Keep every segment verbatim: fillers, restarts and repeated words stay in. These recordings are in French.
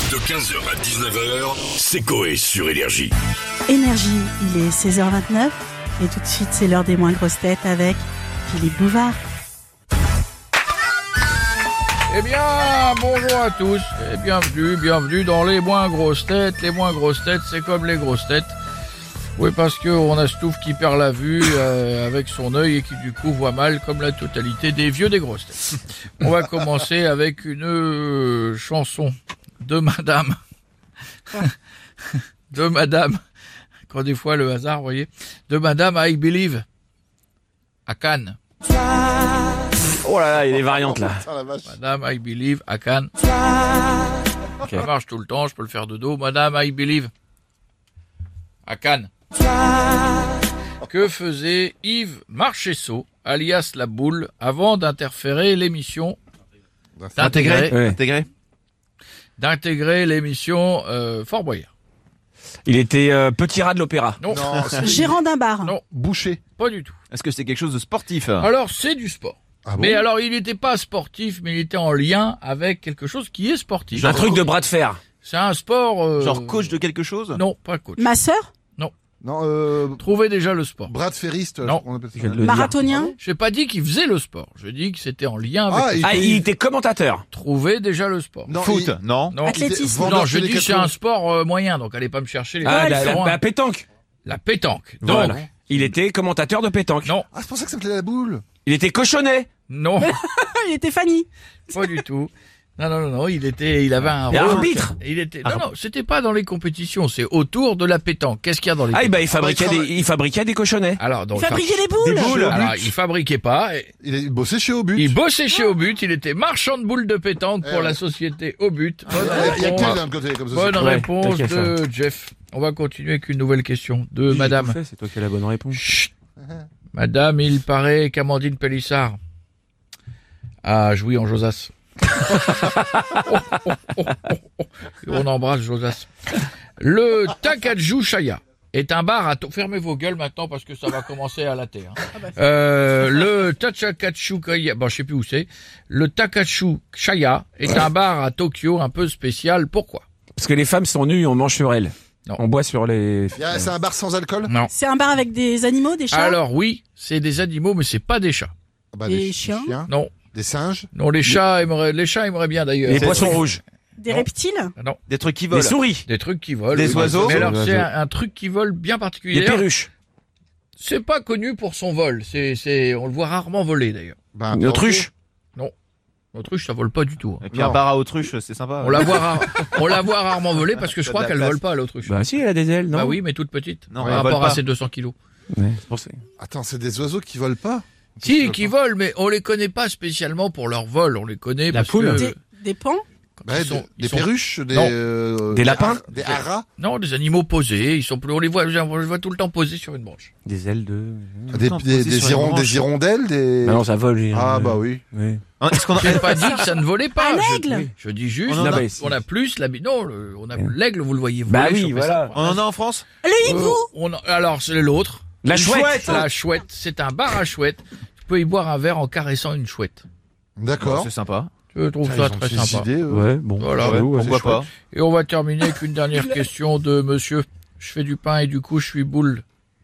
De quinze heures à dix-neuf heures, c'est Coé sur Énergie. Énergie, il est seize heures vingt-neuf et tout de suite c'est l'heure des moins grosses têtes avec Philippe Bouvard. Eh bien, bonjour à tous et bienvenue, bienvenue dans les moins grosses têtes. Les moins grosses têtes, c'est comme les grosses têtes. Oui, parce que on a Stouff qui perd la vue euh, avec son œil et qui du coup voit mal comme la totalité des vieux des grosses têtes. On va commencer avec une euh, chanson de Madame, de Madame, quand des fois le hasard, vous voyez, de Madame I Believe à Cannes. Oh là là, il y a des variantes là. Madame I Believe à Cannes. Okay. Ça marche tout le temps, je peux le faire de dos. Madame I Believe à Cannes. Que faisait Yves Marchessault, alias La Boule, avant d'interférer l'émission, d'intégrer, Ouais. Intégré. d'intégrer l'émission euh, Fort Boyard? Il était euh, petit rat de l'opéra. Non, Non, c'est Gérant d'un bar. non, bouché. pas du tout. Est-ce que c'est quelque chose de sportif? Alors c'est du sport. Ah bon Mais alors il n'était pas sportif, mais il était en lien avec quelque chose qui est sportif. Un truc de bras de fer. C'est un sport. euh, Genre coach de quelque chose? Non, pas coach. Ma sœur, Non, euh, Trouvez déjà le sport. bras de ferriste, Non. on appelle ça. Je viens de le dire. marathonien, J'ai pas dit qu'il faisait le sport. Je dis que c'était en lien avec. Ah, le... il, Ah, il- il était commentateur. Trouvez déjà le sport. non, Foot? il- Non. Non. athlétisme. vendeur Non, je chez les dis que c'est quatre un roues. sport euh, moyen, donc allez pas me chercher les Ah, gens la, qui la, sont la loin. pétanque. La pétanque. Donc, Voilà. Il était commentateur de pétanque. non, Ah, c'est pour ça que ça s'appelait la boule. Il était cochonnet. non, il était Fanny. pas du tout. Non, non, non, non, il était, il avait un Et rôle. arbitre. Il était, non, Ah. non, c'était pas dans les compétitions, c'est autour de la pétanque. Qu'est-ce qu'il y a dans les Ah, pétanques bah, il fabriquait Ah bah, il des, il fabriquait des cochonnets. Alors, donc, Fabriquer des boules. Des boules. alors, il fabriquait pas. et- Il a bossé chez Obut. Il bossait chez Obut, il était marchand de boules de pétanque Eh pour ouais. la société Obut. Bonne Il y a- il y a réponse, qu'elle d'un côté, comme ça. bonne c'est- Ouais, réponse t'as qu'à de Jeff. On va continuer avec une nouvelle question de Madame. C'est toi qui as la bonne réponse. Chut. Madame, il paraît qu'Amandine Pélissard a joui en Josas. Oh, oh, oh, oh, oh. Et on embrasse Josas. Le Takaju Shaya est un bar à... To- Fermez vos gueules maintenant parce que ça va commencer à latter. Hein. Euh, le Tachakachu Kaya... Bon, je sais plus où c'est. Le Takachu Shaya est un bar à Tokyo un peu spécial. Pourquoi? Parce que les femmes sont nues, on mange sur elles. Non. On boit sur les... Il y a- C'est un bar sans alcool? Non. C'est un bar avec des animaux, des chats, Alors oui, c'est des animaux, mais c'est pas des chats. Ah bah, Des des chiens. Non. Des singes? Non, les chats aimeraient, les chats aimeraient bien d'ailleurs. Les poissons rouges. des non. reptiles. Non, Des trucs qui Les volent? souris. des trucs qui volent. Des oui. oiseaux? Mais alors Des c'est oiseaux. un, un truc qui vole bien particulier. Des perruches. C'est pas connu pour son vol. C'est, c'est, on le voit rarement voler d'ailleurs. Bah, un Une autruche. L'autruche, ça vole pas du tout. hein. Et puis Non. un bar à autruche, c'est sympa. On la voit rare, on la voit rarement voler parce que je Ça crois a de la qu'elle place. vole pas l'autruche. Bah si, elle a des ailes, non? Bah oui, mais toute petite. Non, par elle vole rapport à pas. ses deux cents kilos. Ouais, c'est pour ça. Attends, c'est des oiseaux qui volent pas? Si, qui volent, mais on les connaît pas spécialement pour leur vol. On les connaît La parce poule. que Des, des pans. Bah, ils des- sont- ils des sont- perruches? Des, Non. euh, Des lapins? har- Des haras? non, des animaux posés. Ils sont plus, on les voit, on les voit tout le temps posés sur une branche. Des ailes de... Des, temps des, posé des, sur les hiron- branches. des hirondelles? Des... Bah non, ça vole. Ah euh, bah oui. ouais. Hein, Est-ce qu'on a... J'ai pas dit que ça ne volait pas. Un Je- aigle. oui, Je, dis juste, On en on, a- a, bah, si. on a plus la, non, le- on a Ouais. l'aigle, vous le voyez voler. Bah oui, sur voilà. ça. On en a en France? Le hibou. Euh, on a- alors c'est l'autre. La Une chouette. La chouette, c'est un bar à chouette. Tu peux y boire un verre en caressant une chouette. D'accord. C'est sympa. Je trouve Putain, ça ils ont très ces sympa. idées, eux. Ouais, bon. Voilà, j'avoue, Pourquoi c'est pas? Et on va terminer avec une dernière question de monsieur. Je fais du pain et du coup je suis boule.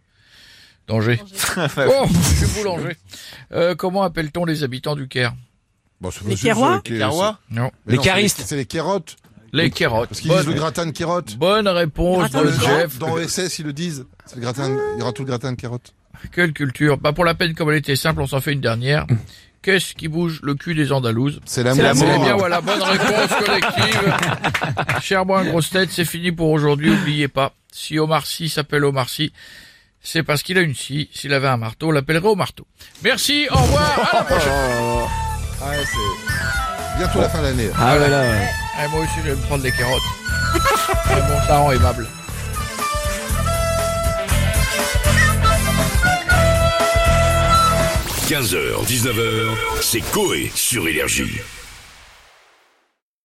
Danger. Oh, je suis boulanger. Euh, comment appelle-t-on les habitants du Caire? Bon, c'est Les facile, Kérois c'est les- Carrois? Non. Mais Les non, c'est caristes. C'est les kérottes. Les carottes. Parce qu'ils disent le Bonne, gratin de kérottes. bonne réponse Gratin de de Jeff. Dans O S S, ils le disent. C'est le gratin, il y aura tout le gratin de carottes. Quelle culture. Bah, pour la peine, comme elle était simple, on s'en fait une dernière. Qu'est-ce qui bouge le cul des Andalouzes? C'est l'amour. C'est bien, voilà, bonne réponse collective. Cher moi, grosse tête, c'est fini pour aujourd'hui. Oubliez pas, si Omar Sy s'appelle Omar Sy, c'est parce qu'il a une scie. S'il avait un marteau, on l'appellerait au marteau. Merci, au revoir, à la prochaine. Ah ouais, c'est bientôt la fin de l'année. Ah voilà, ouais. Ah, moi aussi, je vais me prendre des carottes. C'est mon parent aimable. quinze heures, dix-neuf heures, c'est Coé sur Énergie.